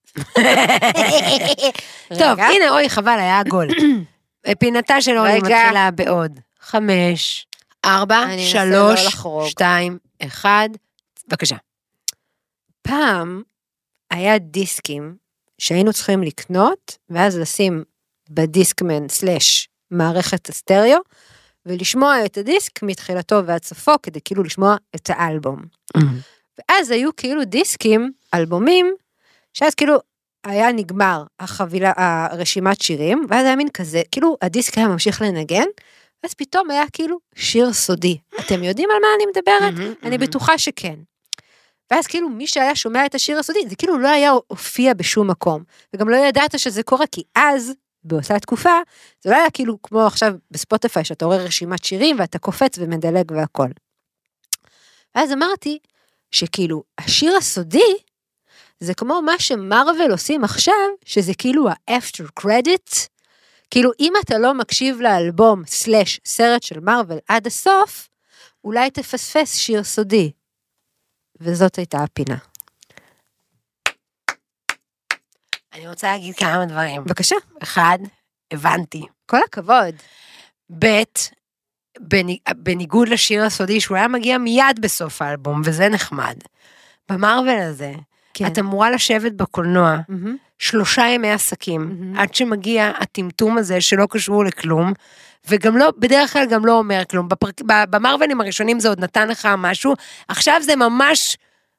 S3: טוב, הנה, אוי, חבל, היה עגול. פינתה של אורלי מתחילה בעוד. חמש, ארבע, שלוש, שתיים, אחד. בבקשה.
S4: פעם היה דיסקים שהיינו צריכים לקנות, ואז לשים בדיסקמן סלש מערכת הסטריאו, ולשמוע את הדיסק מתחילתו ועד סופו, כדי כאילו לשמוע את האלבום. ואז היו כאילו דיסקים, אלבומים, שאז כאילו היה נגמר החבילה, הרשימת שירים, ואז היה מין כזה, כאילו הדיסק היה ממשיך לנגן, ואז פתאום היה כאילו שיר סודי. אתם יודעים על מה אני מדברת? אני בטוחה שכן. ואז כאילו מי שהיה שומע את השיר הסודי, זה כאילו לא היה הופיע בשום מקום, וגם לא ידעת שזה קורה, כי אז, באותה תקופה, זה לא היה כאילו כמו עכשיו בספוטיפיי, שאתה רואה רשימת שירים, ואתה קופץ ומדלג והכל. ואז אמרתי, שכאילו, השיר הסודי, זה כמו מה שמרוול עושים עכשיו, שזה כאילו ה-after credit, כאילו אם אתה לא מקשיב לאלבום סלש סרט של מרוול עד הסוף, אולי תפספס שיר סודי. וזאת הייתה הפינה.
S3: אני רוצה להגיד כמה דברים.
S4: בבקשה.
S3: אחד, הבנתי.
S4: כל הכבוד.
S3: ב', בניגוד לשיר הסודי, שהוא היה מגיע מיד בסוף האלבום, וזה נחמד. במרוול הזה, כן. את אמורה לשבת בקולנוע, mm-hmm. שלושה ימי עסקים, mm-hmm. עד שמגיע הטמטום הזה שלא קשור לכלום, וגם לא, בדרך כלל גם לא אומר כלום. בפרק, במרוולים הראשונים זה עוד נתן לך משהו, עכשיו זה ממש...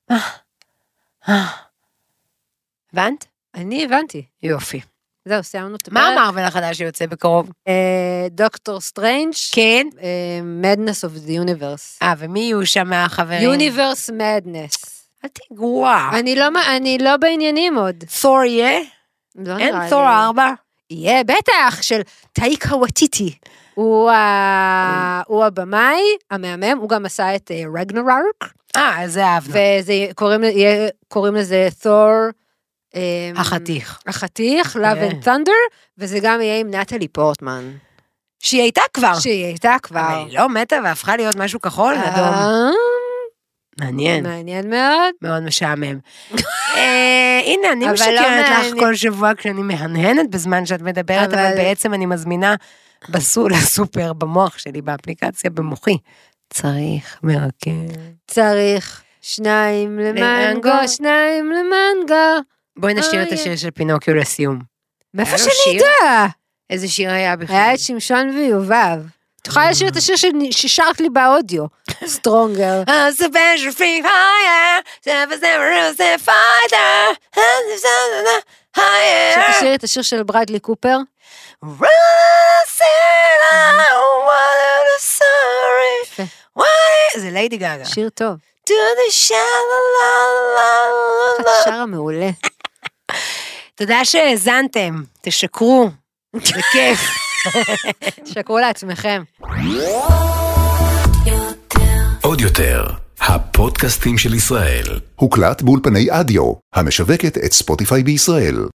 S3: הבנת?
S4: אני הבנתי.
S3: יופי.
S4: זהו, סיימנו את הפרק.
S3: מה המרוול החדש שיוצא בקרוב?
S4: דוקטור סטרנג'
S3: כן.
S4: Madness of the Universe.
S3: אה, ומי יהיו שם מהחברים?
S4: Universe Madness.
S3: אל תגרוע.
S4: אני לא, אני לא בעניינים עוד.
S3: תור יהיה?
S4: לא
S3: אין תור ארבע?
S4: יהיה, בטח, של טייקה וטיטי. הוא, ה... הוא הבמאי, המאמם, הוא גם עשה את רגנרוק.
S3: אה, זה אהבנו.
S4: וקוראים לזה תור...
S3: החתיך.
S4: החתיך, Love and Thunder, וזה גם יהיה עם נטלי פורטמן.
S3: שהיא הייתה כבר.
S4: שהיא הייתה כבר.
S3: אבל היא לא מתה והפכה להיות משהו כחול, אדום. מעניין.
S4: מעניין מאוד.
S3: מאוד משעמם. הנה, אני משקרת לך כל שבוע כשאני מהנהנת בזמן שאת מדברת, אבל בעצם אני מזמינה לסופר במוח שלי, באפליקציה במוחי. צריך מרקר.
S4: צריך שניים למנגו, שניים למנגו.
S3: בואי נשאיר את השיר של פינוקיו לסיום.
S4: מאיפה שאני יודע?
S3: איזה שיר היה בכלל?
S4: היה את שמשון ויובב. את יכולה לשיר את השיר ששרת לי באודיו. סטרונגר. שתשאיר את השיר של ברדלי קופר.
S3: זה ליידי גגה.
S4: שיר טוב. שרה מעולה.
S3: תודה שהאזנתם, תשקרו, זה כיף.
S4: תשקרו לעצמכם.
S1: עוד יותר, הפודקאסטים של ישראל.
S5: הוקלט באולפני אדיו, המשווקת את ספוטיפיי בישראל.